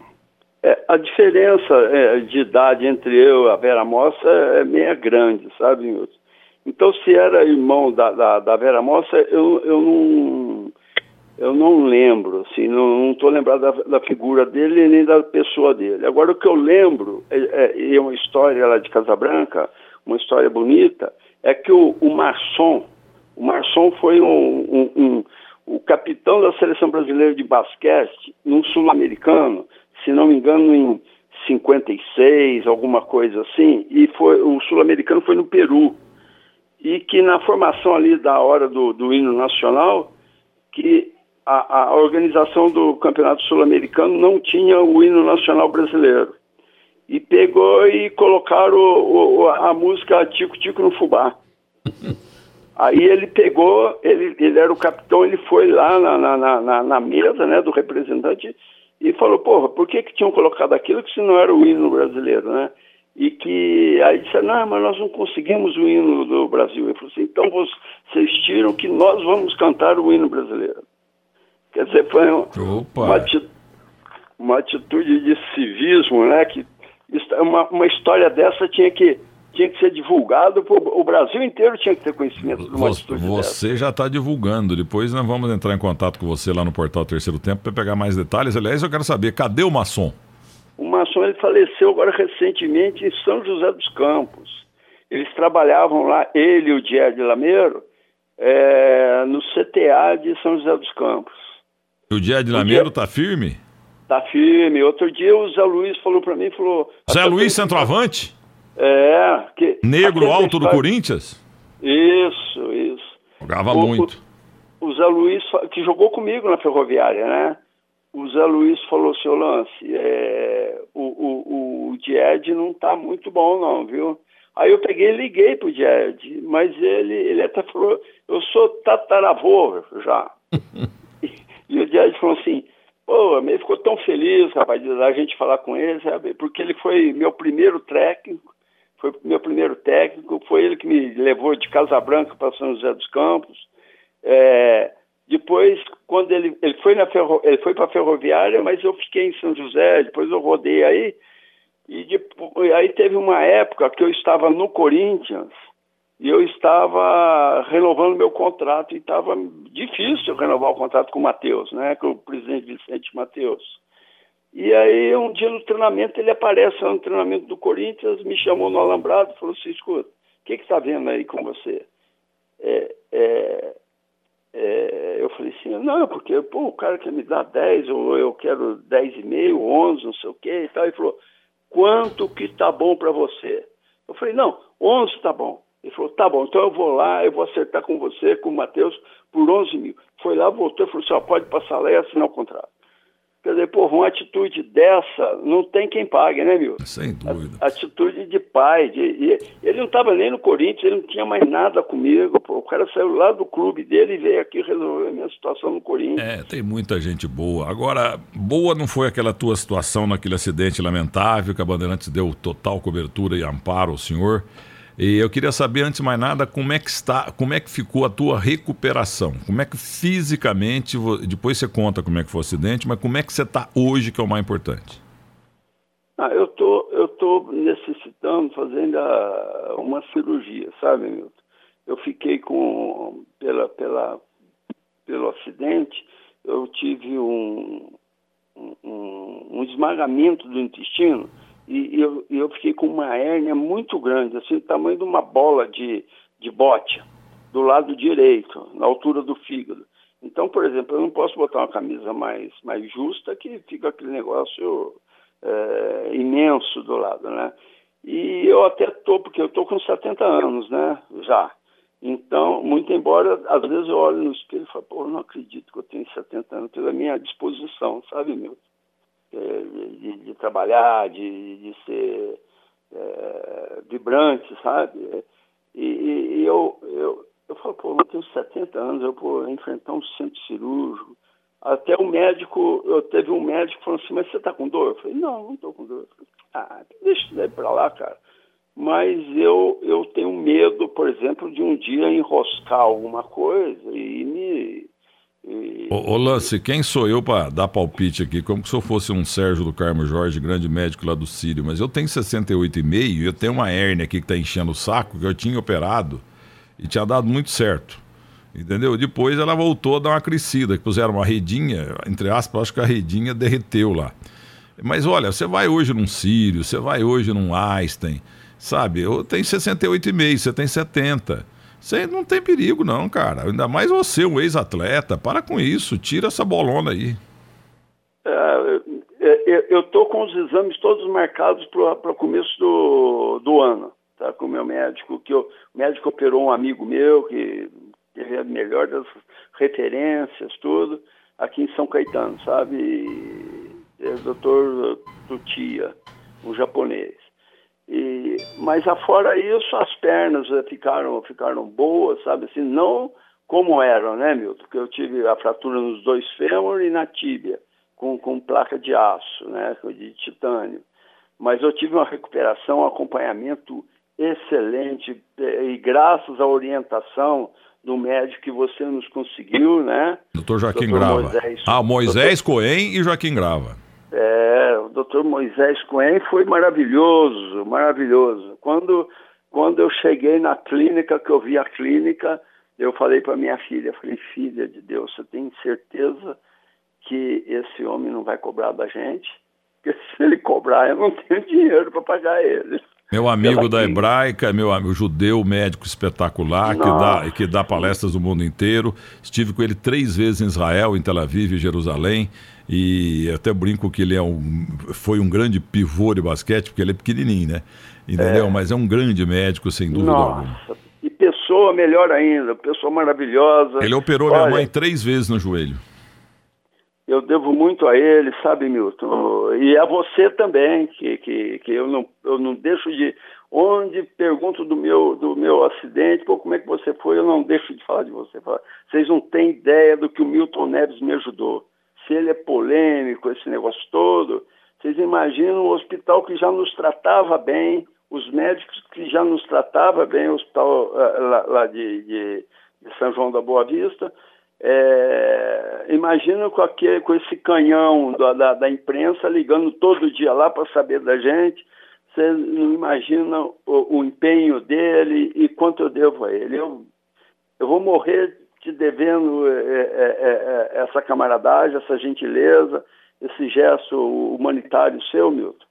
É, a diferença é, de idade entre eu e a Vera Mossa é meio grande, sabe, Milton? Então, se era irmão da, da, da Vera Mossa, eu, eu, não, eu não lembro, assim, não estou lembrado da, da figura dele nem da pessoa dele. Agora, o que eu lembro, é, é, é uma história lá de Casa Branca, uma história bonita, é que o, o Marçom, O Marçom foi um, um, um, o capitão da seleção brasileira de basquete num sul-americano, se não me engano, em cinquenta e seis, alguma coisa assim, e foi, o sul-americano foi no Peru. E que na formação ali da hora do, do hino nacional, que a, a organização do Campeonato Sul-Americano não tinha o hino nacional brasileiro. E pegou e colocaram o, o, a música Tico Tico no Fubá. Aí ele pegou, ele, ele era o capitão, ele foi lá na, na, na, na mesa, né, do representante e falou, porra, por que que tinham colocado aquilo que se não era o hino brasileiro, né? E que aí disseram, não, mas nós não conseguimos o hino do Brasil. Ele falou assim, então vocês tiram que nós vamos cantar o hino brasileiro. Quer dizer, foi um,
Opa.
uma, ati- uma atitude de civismo, né? Que isso- uma, uma história dessa tinha que, tinha que ser divulgada, o Brasil inteiro tinha que ter conhecimento de uma
Você,
atitude dessa.
você já está divulgando. Depois nós vamos entrar em contato com você lá no portal Terceiro Tempo para pegar mais detalhes. Aliás, eu quero saber, cadê o maçom?
O maçom ele faleceu agora recentemente em São José dos Campos. Eles trabalhavam lá, ele e o Diego Lameiro, é, no C T A de São José dos Campos.
E o Diego Lameiro está firme?
Tá firme. Outro dia o Zé Luiz falou para mim, falou...
Zé Luiz, centroavante?
É. Que,
Negro alto do
história...
Corinthians?
Isso, isso.
Jogava
o,
muito.
O, o Zé Luiz, que jogou comigo na Ferroviária, né? O Zé Luiz falou, seu Lance, é, o, o, o Died não tá muito bom não, viu? Aí eu peguei e liguei pro Died, mas ele, ele até falou, eu sou tataravô já. e, e o Died falou assim, pô, ele ficou tão feliz, rapaz, de a gente falar com ele, sabe? Porque ele foi meu primeiro técnico, foi meu primeiro técnico, foi ele que me levou de Casa Branca para São José dos Campos. É, depois, quando ele, ele foi na ferro, ele foi para a Ferroviária, mas eu fiquei em São José, depois eu rodei aí, e depois, aí teve uma época que eu estava no Corinthians, e eu estava renovando meu contrato, e estava difícil renovar o contrato com o Matheus, né, com o presidente Vicente Matheus. E aí, um dia no treinamento, ele aparece lá no treinamento do Corinthians, me chamou no alambrado e falou assim, escuta, o que que está vendo aí com você? É, é, é, eu falei assim, não, porque pô, o cara quer me dar dez, ou eu quero dez e meio, onze, não sei o que e tal. Ele falou, quanto que tá bom para você? Eu falei, não, onze tá bom. Ele falou, tá bom, então eu vou lá, eu vou acertar com você, com o Matheus, por onze mil. Foi lá, voltou e falou assim, ó, pode passar lá e assinar o contrato. Quer dizer, pô, uma atitude dessa, não tem quem pague, né, Milton?
Sem dúvida.
A, atitude de pai. De, de, ele não estava nem no Corinthians, ele não tinha mais nada comigo. Pô. O cara saiu lá do clube dele e veio aqui resolver a minha situação no Corinthians.
É, tem muita gente boa. Agora, boa não foi aquela tua situação naquele acidente lamentável que a Bandeirantes deu total cobertura e amparo ao senhor. E eu queria saber, antes de mais nada, como é que está, como é que ficou a tua recuperação? Como é que fisicamente, depois você conta como é que foi o acidente, mas como é que você está hoje, que é o mais importante?
Ah, eu tô, eu tô necessitando, fazendo a, uma cirurgia, sabe, Milton? Eu fiquei com, pela, pela, pelo acidente, eu tive um, um, um esmagamento do intestino. E eu, eu fiquei com uma hérnia muito grande, assim, do tamanho de uma bola de, de bote, do lado direito, na altura do fígado. Então, por exemplo, eu não posso botar uma camisa mais, mais justa, que fica aquele negócio é, imenso do lado, né? E eu até tô, porque eu tô com setenta anos, né, já. Então, muito embora, às vezes eu olho no espelho e falo, pô, eu não acredito que eu tenho setenta anos, pela minha disposição, sabe, meu? De, de trabalhar, de, de ser é, vibrante, sabe? E, e eu, eu, eu falo, pô, eu tenho setenta anos, eu vou enfrentar um centro cirúrgico. Até o médico, eu teve um médico que falou assim, mas você está com dor? Eu falei, não, não estou com dor. Eu falei, ah, deixa isso daí para lá, cara. Mas eu, eu tenho medo, por exemplo, de um dia enroscar alguma coisa e me... E...
Ô, ô Lance, quem sou eu para dar palpite aqui? Como se eu fosse um Sérgio do Carmo Jorge, grande médico lá do Sírio, mas eu tenho sessenta e oito e meio e eu tenho uma hérnia aqui que está enchendo o saco, que eu tinha operado e tinha dado muito certo, entendeu? Depois ela voltou a dar uma crescida, que puseram uma redinha, entre aspas, acho que a redinha derreteu lá. Mas olha, você vai hoje num Sírio, você vai hoje num Einstein, sabe? Eu tenho sessenta e oito e meio, você tem setenta. Você não tem perigo não, cara. Ainda mais você, um ex-atleta. Para com isso, tira essa bolona aí.
É, eu, eu tô com os exames todos marcados para o começo do, do ano, tá? Com o meu médico, que eu, o médico operou um amigo meu, que teve a melhor das referências, tudo, aqui em São Caetano, sabe? E, é o doutor Tutia, um japonês. E, mas afora isso, as pernas ficaram, ficaram boas, sabe? Assim, não como eram, né, Milton? Porque eu tive a fratura nos dois fêmur e na tíbia, com, com placa de aço, né, de titânio. Mas eu tive uma recuperação, um acompanhamento excelente, e graças à orientação do médico que você nos conseguiu, né?
doutor Joaquim doutor Grava. Moisés, ah, Moisés doutor... Cohen e Joaquim Grava.
É, o doutor Moisés Cohen foi maravilhoso, maravilhoso. Quando, quando eu cheguei na clínica, que eu vi a clínica, eu falei para minha filha, falei, filha de Deus, você tem certeza que esse homem não vai cobrar da gente? Porque se ele cobrar, eu não tenho dinheiro para pagar ele.
Meu amigo da Hebraica, meu amigo judeu, médico espetacular, que dá, que dá palestras no mundo inteiro. Estive com ele três vezes em Israel, em Tel Aviv e Jerusalém. E até brinco que ele é um, foi um grande pivô de basquete, porque ele é pequenininho, né? Entendeu? É. Mas é um grande médico, sem dúvida
Nossa.
alguma.
E pessoa melhor ainda, pessoa maravilhosa.
Ele operou Olha, minha mãe três vezes no joelho.
Eu devo muito a ele, sabe, Milton? E a você também, que, que, que eu, não, eu não deixo de... Onde pergunto do meu, do meu acidente, pô, como é que você foi, eu não deixo de falar de você. Vocês não têm ideia do que o Milton Neves me ajudou. Se ele é polêmico, esse negócio todo, vocês imaginam o hospital que já nos tratava bem, os médicos que já nos tratavam bem, o hospital lá, lá de, de, de São João da Boa Vista. É, imagina com, aquele, com esse canhão da, da, da imprensa ligando todo dia lá para saber da gente. Você não imagina o, o empenho dele e quanto eu devo a ele. Eu, eu vou morrer te devendo é, é, é, essa camaradagem, essa gentileza, esse gesto humanitário seu, Milton,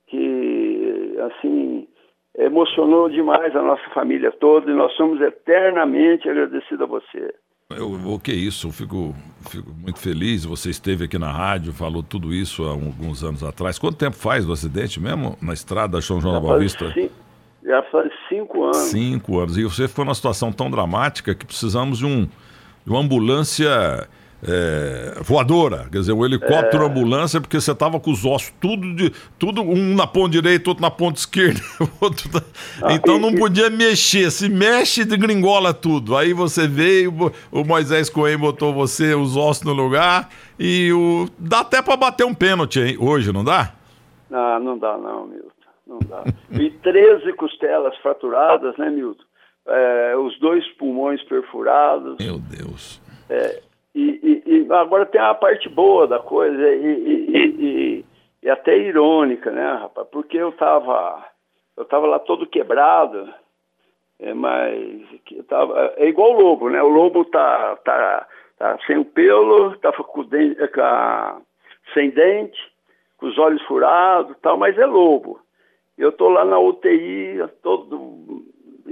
que assim emocionou demais a nossa família toda e nós somos eternamente agradecidos a você.
Eu, o que é isso? Eu fico, fico muito feliz. Você esteve aqui na rádio, falou tudo isso há alguns anos atrás. Quanto tempo faz do acidente mesmo? Na estrada São João da Boa Vista?
Sim, já faz cinco anos.
Cinco anos. E você ficou numa situação tão dramática que precisamos de, um, de uma ambulância é, voadora. Quer dizer, um helicóptero, é... ambulância, porque você estava com os ossos tudo, de, tudo um na ponta direita, outro na ponta esquerda. Outro na... ah, então e, não podia mexer. Se mexe, degringola tudo. Aí você veio, o Moisés Cohen botou você, os ossos no lugar e o... dá até para bater um pênalti hein? Hoje, não dá?
Não, não dá não, Milton. Não dá. E treze costelas fraturadas, né, Milton? É, os dois pulmões perfurados.
Meu Deus.
É, E, e, e agora tem a parte boa da coisa e, e, e, e até irônica, né, rapaz? Porque eu tava, eu tava lá todo quebrado, é, mas eu tava, é igual o lobo, né? O lobo tá, tá, tá sem o pelo, tá com, dente, com a, sem dente, com os olhos furados e tal, mas é lobo. Eu tô lá na U T I, todo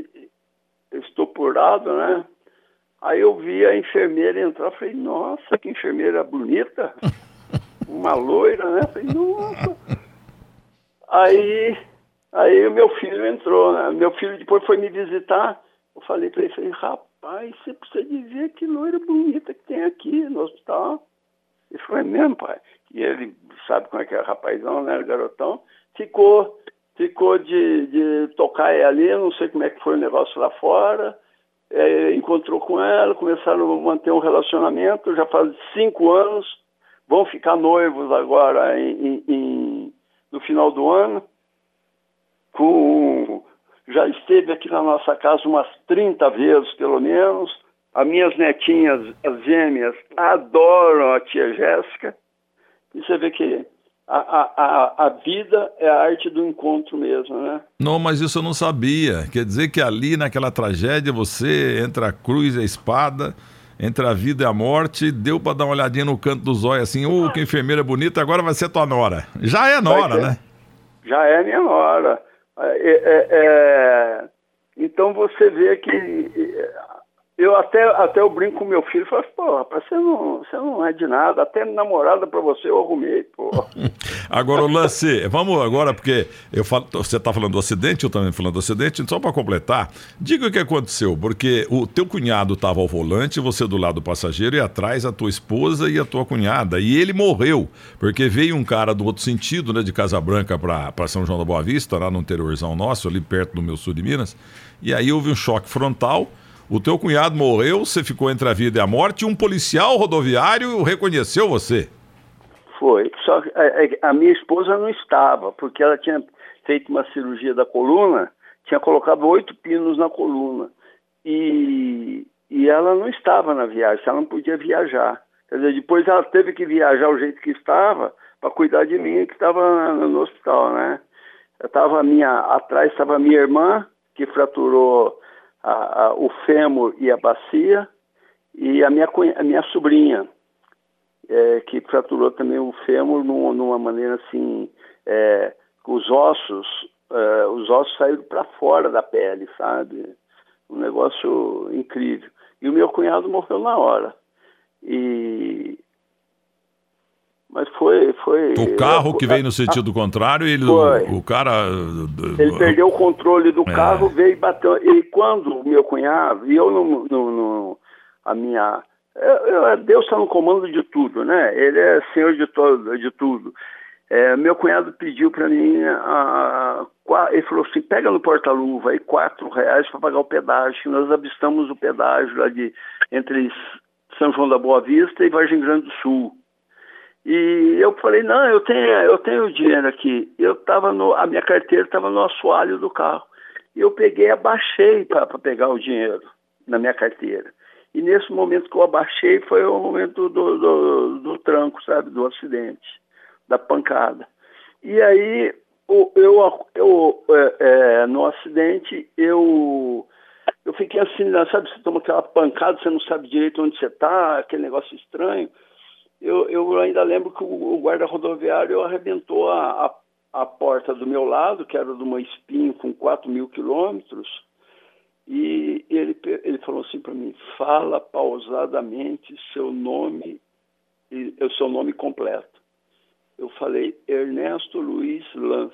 estupurado, né? Aí eu vi a enfermeira entrar, falei, nossa, que enfermeira bonita, uma loira, né? Falei, nossa. Aí, aí o meu filho entrou, né? Meu filho depois foi me visitar, eu falei para ele, falei, rapaz, você precisa de ver que loira bonita que tem aqui no hospital. Ele falou, é mesmo, pai? E ele sabe como é que é rapazão, né, garotão, ficou, ficou de, de tocar ali, não sei como é que foi o negócio lá fora. É, encontrou com ela, começaram a manter um relacionamento, já faz cinco anos, vão ficar noivos agora em, em, em, no final do ano. Com, já esteve aqui na nossa casa umas trinta vezes, pelo menos. As minhas netinhas, as gêmeas, adoram a tia Jéssica. E você vê que A, a, a vida é a arte do encontro mesmo, né?
Não, mas isso eu não sabia. Quer dizer que ali naquela tragédia você, entre a cruz e a espada, entre a vida e a morte, deu para dar uma olhadinha no canto dos olhos assim, ô, oh, que enfermeira bonita, agora vai ser tua nora. Já é nora, né?
Já é minha nora. É, é, é... Então você vê que... Eu até, até eu brinco com meu filho e falo, pô, rapaz, você não, você não é de nada, até namorada pra você eu arrumei, pô.
Agora, o lance, vamos agora, porque eu falo, você tá falando do acidente, eu também falando do acidente, só para completar, diga o que aconteceu, porque o teu cunhado estava ao volante, você do lado do passageiro e atrás a tua esposa e a tua cunhada, e ele morreu, porque veio um cara do outro sentido, né, de Casa Branca para São João da Boa Vista, lá no interiorzão nosso, ali perto do meu sul de Minas, e aí houve um choque frontal. O teu cunhado morreu, você ficou entre a vida e a morte, e um policial rodoviário reconheceu você.
Foi, só que a, a minha esposa não estava, porque ela tinha feito uma cirurgia da coluna, tinha colocado oito pinos na coluna. E, e ela não estava na viagem, ela não podia viajar. Quer dizer, depois ela teve que viajar o jeito que estava para cuidar de mim, que estava no hospital, né? Eu tava minha, atrás estava a minha irmã, que fraturou a, a, o fêmur e a bacia, e a minha, a minha sobrinha, é, que fraturou também o fêmur numa, numa maneira assim, é, os ossos, é, os ossos saíram para fora da pele, sabe? Um negócio incrível. E o meu cunhado morreu na hora. E... Mas foi... foi
o carro que veio no sentido contrário, ele, o, o cara...
Ele perdeu o controle do carro, é. veio e bateu. E quando o meu cunhado, e eu não... não, não a minha... Eu, eu, Deus está no comando de tudo, né? Ele é senhor de, todo, de tudo. É, meu cunhado pediu para mim, a, a, ele falou assim, pega no porta-luva aí quatro reais para pagar o pedágio. Nós avistamos o pedágio lá de, entre São João da Boa Vista e Vargem Grande do Sul. E eu falei, não, eu tenho, eu tenho dinheiro aqui. Eu tava no, a minha carteira estava no assoalho do carro. E eu peguei e abaixei para pegar o dinheiro na minha carteira. E nesse momento que eu abaixei foi o momento do, do, do tranco, sabe, do acidente, da pancada. E aí, eu, eu, eu é, é, no acidente, eu, eu fiquei assim, sabe, você toma aquela pancada, você não sabe direito onde você está, aquele negócio estranho. Eu, eu ainda lembro que o, o guarda rodoviário arrebentou a, a, a porta do meu lado, que era de uma Spin com quatro mil quilômetros, e ele, ele falou assim para mim, fala pausadamente seu nome, o seu nome completo. Eu falei, Ernesto Luiz Lance.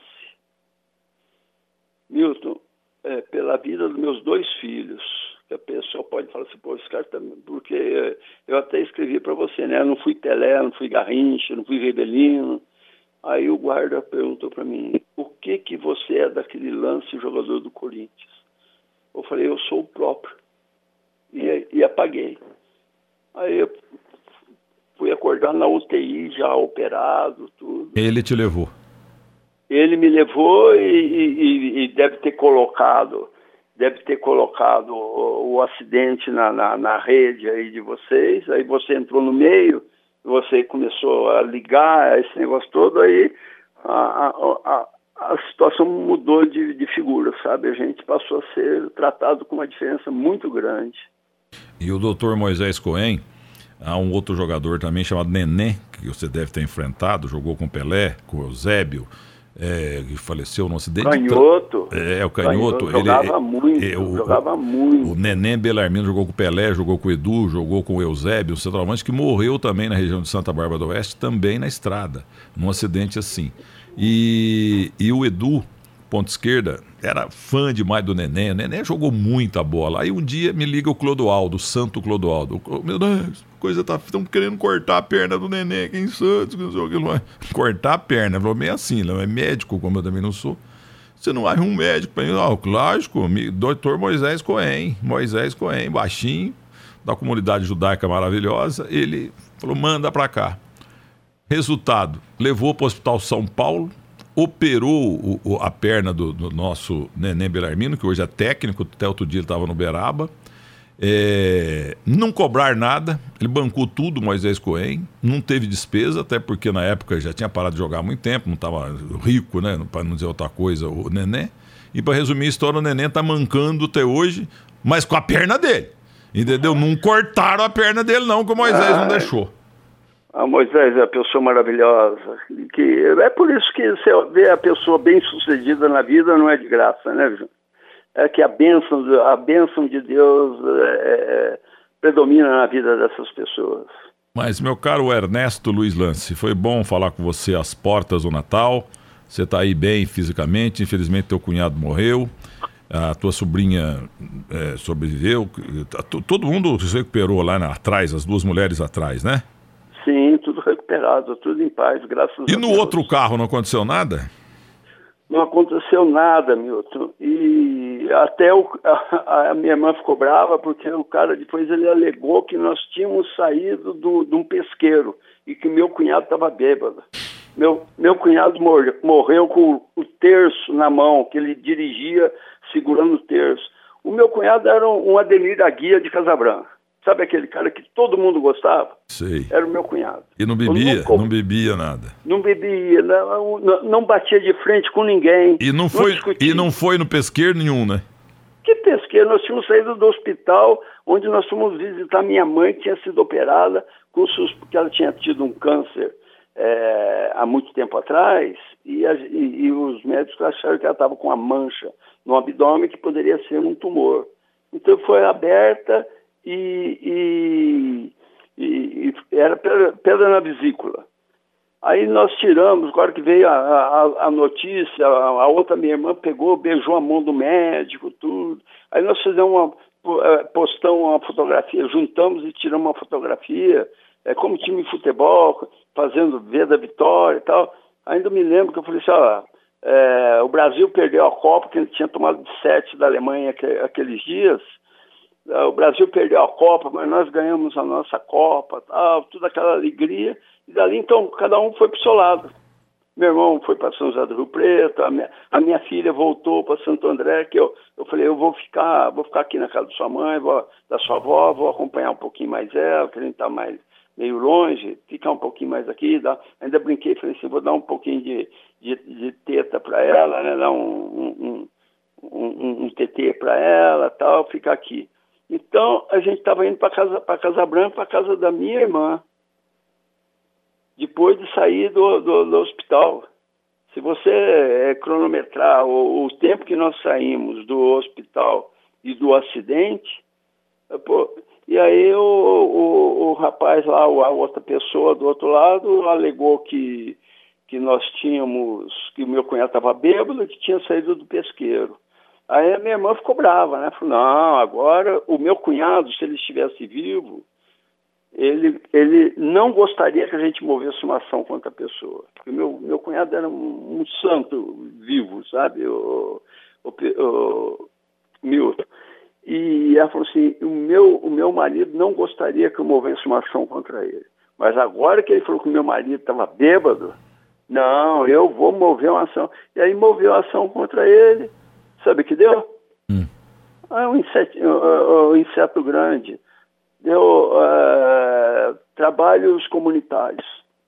Milton, é, pela vida dos meus dois filhos, que a pessoa pode falar assim, pô, esse cara tá... Porque eu até escrevi para você, né? Eu não fui Pelé, não fui Garrincha, não fui Rivelino. Aí o guarda perguntou para mim, o que que você é daquele Lance jogador do Corinthians? Eu falei, eu sou o próprio. E, e apaguei. Aí eu fui acordar na U T I, já operado, tudo.
Ele te levou?
Ele me levou e, e, e deve ter colocado, deve ter colocado o, o acidente na, na, na rede aí de vocês. Aí você entrou no meio, você começou a ligar esse negócio todo, aí a, a, a, a situação mudou de, de figura, sabe? A gente passou a ser tratado com uma diferença muito grande.
E o doutor Moisés Cohen, há um outro jogador também chamado Nenê, que você deve ter enfrentado, jogou com Pelé, com Eusébio, é, que faleceu no acidente.
Canhoto.
É, o Canhoto.
Canhoto jogava
ele,
muito,
é, o,
jogava muito.
O Nenê Belarmino jogou com o Pelé, jogou com o Edu, jogou com o Eusébio, um centroavante que morreu também na região de Santa Bárbara do Oeste, também na estrada, num acidente assim. E, e o Edu, ponta esquerda, era fã demais do Nenê. O Nenê jogou muita bola. Aí um dia me liga o Clodoaldo, o Santo Clodoaldo. Meu Deus, coisa tá, estão querendo cortar a perna do Nenê aqui em Santos. Não sei o que. Cortar a perna, falou meio assim, não é médico, como eu também não sou. Você não acha um médico para mim? Ah, lógico, doutor Moisés Cohen, Moisés Cohen, baixinho, da comunidade judaica maravilhosa. Ele falou, manda para cá. Resultado, levou para o Hospital São Paulo, operou o, o, a perna do, do nosso Nenê Belarmino, que hoje é técnico, até outro dia ele estava no Beraba. É, não cobrar nada, ele bancou tudo, Moisés Cohen, não teve despesa, até porque na época já tinha parado de jogar há muito tempo, não estava rico, né, para não dizer outra coisa, o Nenê. E para resumir a história, o Nenê está mancando até hoje, mas com a perna dele, entendeu? Não cortaram a perna dele não, que o Moisés ah, não deixou.
A Moisés é uma pessoa maravilhosa, que é por isso que você vê a pessoa bem sucedida na vida não é de graça, né, João? É que a bênção, a bênção de Deus é, predomina na vida dessas pessoas.
Mas, meu caro Ernesto Luiz Lance, foi bom falar com você às portas do Natal. Você está aí bem fisicamente, infelizmente teu cunhado morreu, a tua sobrinha é, sobreviveu, todo mundo se recuperou lá na, atrás, as duas mulheres atrás, né?
Sim, tudo recuperado, tudo em paz, graças a Deus.
E no outro carro não aconteceu nada?
Não aconteceu nada, Milton. E até o, a, a minha irmã ficou brava porque o cara depois ele alegou que nós tínhamos saído do, de um pesqueiro e que meu cunhado estava bêbado. Meu, meu cunhado mor, morreu com o terço na mão, que ele dirigia segurando o terço. O meu cunhado era um, um Ademir da Guia de Casabranca. Sabe aquele cara que todo mundo gostava?
Sei.
Era o meu cunhado.
E não bebia?
Nunca...
Não bebia nada?
Não bebia, não, não, não batia de frente com ninguém.
E não, foi, não e não foi no pesqueiro nenhum, né?
Que pesqueiro? Nós tínhamos saído do hospital, onde nós fomos visitar minha mãe, que tinha sido operada, com sus... porque ela tinha tido um câncer é, há muito tempo atrás, e, a, e, e os médicos acharam que ela estava com uma mancha no abdômen que poderia ser um tumor. Então foi aberta e, e, e, e era pedra, pedra na vesícula. Aí nós tiramos, agora que veio a, a, a notícia, a, a outra minha irmã pegou, beijou a mão do médico, tudo. Aí nós fizemos uma, postamos uma fotografia, juntamos e tiramos uma fotografia, é, como time de futebol, fazendo ver da vitória e tal. Ainda me lembro que eu falei assim, ó, é, o Brasil perdeu a Copa, que ele tinha tomado de sete da Alemanha aqu- aqueles dias. O Brasil perdeu a Copa, mas nós ganhamos a nossa Copa, tal, toda aquela alegria. E dali, então, cada um foi para o seu lado. Meu irmão foi para São José do Rio Preto, a minha, a minha filha voltou para Santo André, que eu, eu falei, eu vou ficar, vou ficar aqui na casa da sua mãe, vou, da sua avó, vou acompanhar um pouquinho mais ela, que a gente está mais, meio longe, ficar um pouquinho mais aqui. Dá, ainda brinquei, falei assim, vou dar um pouquinho de, de, de teta para ela, né, dar um, um, um, um tetê para ela, tal, ficar aqui. Então, a gente estava indo para casa, para Casa Branca, para casa da minha irmã, depois de sair do, do, do hospital. Se você é, cronometrar o, o tempo que nós saímos do hospital e do acidente, é, pô, e aí o, o, o rapaz lá, a outra pessoa do outro lado, alegou que, que nós tínhamos, que o meu cunhado estava bêbado e que tinha saído do pesqueiro. Aí a minha irmã ficou brava, né? Falou, não, agora o meu cunhado, se ele estivesse vivo, ele, ele não gostaria que a gente movesse uma ação contra a pessoa. Porque o meu, meu cunhado era um, um santo vivo, sabe? O, o, o Milton. E ela falou assim, o meu, o meu marido não gostaria que eu movesse uma ação contra ele. Mas agora que ele falou que o meu marido estava bêbado, não, eu vou mover uma ação. E aí moveu a ação contra ele. Sabe o que deu? Hum. Ah, um, inseto, um, um inseto grande. Deu uh, trabalhos comunitários.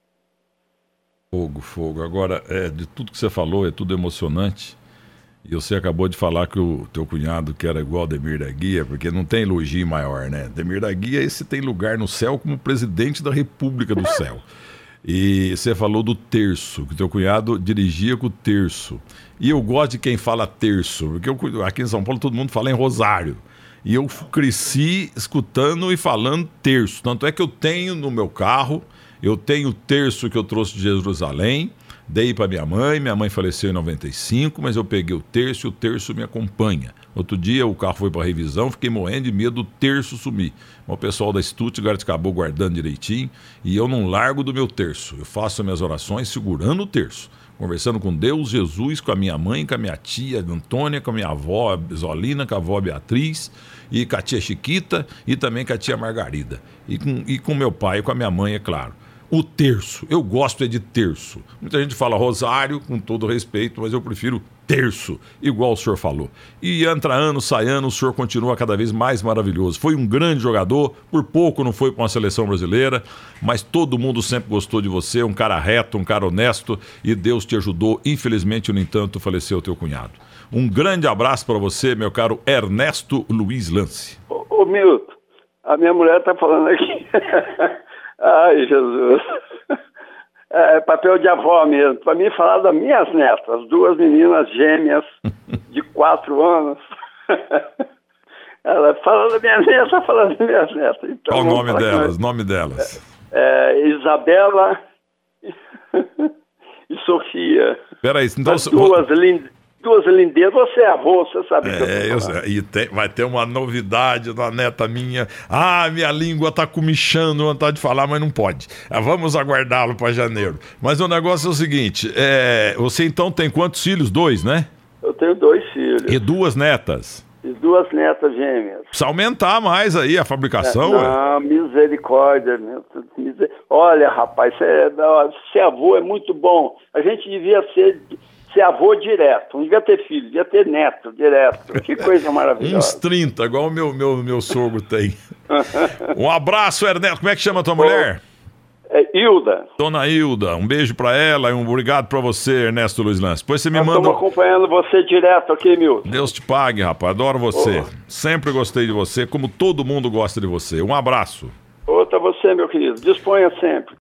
Fogo, fogo. Agora, é, de tudo que você falou, é tudo emocionante. E você acabou de falar que o teu cunhado que era igual Ademir da Guia, porque não tem elogio maior, né? Ademir da Guia, esse tem lugar no céu como presidente da República do Céu. E você falou do terço, que teu cunhado dirigia com o terço. E eu gosto de quem fala terço, porque eu, aqui em São Paulo todo mundo fala em rosário. E eu cresci escutando e falando terço. Tanto é que eu tenho no meu carro, eu tenho o terço que eu trouxe de Jerusalém, dei para minha mãe, minha mãe faleceu em noventa e cinco, mas eu peguei o terço e o terço me acompanha. Outro dia o carro foi para revisão, fiquei morrendo de medo do terço sumir. O pessoal da Stuttgart acabou guardando direitinho e eu não largo do meu terço. Eu faço minhas orações segurando o terço, conversando com Deus, Jesus, com a minha mãe, com a minha tia Antônia, com a minha avó Zolina, com a avó Beatriz, e com a tia Chiquita e também com a tia Margarida. E com, e com meu pai e com a minha mãe, é claro. O terço, eu gosto é de terço. Muita gente fala rosário, com todo respeito, mas eu prefiro terço, igual o senhor falou. E entra ano, sai ano, o senhor continua cada vez mais maravilhoso. Foi um grande jogador, por pouco não foi para uma seleção brasileira, mas todo mundo sempre gostou de você, um cara reto, um cara honesto, e Deus te ajudou. Infelizmente, no entanto, faleceu o teu cunhado. Um grande abraço para você, meu caro Ernesto Luiz Lance.
Ô, ô Milton, a minha mulher está falando aqui... Ai, Jesus. É papel de avó mesmo. Para mim, falar das minhas netas, duas meninas gêmeas de quatro anos. Ela fala da minha neta, fala das minhas netas. Então,
qual o nome delas? Nós... nome delas?
É, é, Isabela e Sofia.
Peraí, então...
As duas lindas. Duas lindezas, você é avô, você sabe
é,
que eu
eu sei. E tem, vai ter uma novidade da neta minha. Ah, minha língua tá comichando, vontade de falar, mas não pode. Ah, vamos aguardá-lo para janeiro. Mas o negócio é o seguinte, é, você então tem quantos filhos? Dois, né?
Eu tenho dois filhos.
E duas netas?
E duas netas gêmeas.
Precisa aumentar mais aí a fabricação,
é, Não, misericórdia. Miser... Olha, rapaz, ser, ser avô é muito bom. A gente devia ser... ser avô direto. Não devia ter filho, devia ter neto direto. Que coisa maravilhosa.
Uns trinta, igual o meu, meu, meu sogro tem. Um abraço, Ernesto. Como é que chama a tua mulher?
É Hilda.
Dona Hilda, um beijo pra ela e um obrigado pra você, Ernesto Luiz Lance. Depois você me
Nós
manda...
estamos acompanhando você direto aqui, Milton.
Deus te pague, rapaz. Adoro você.
Oh.
Sempre gostei de você, como todo mundo gosta de você. Um abraço.
Outra você, meu querido. Disponha sempre.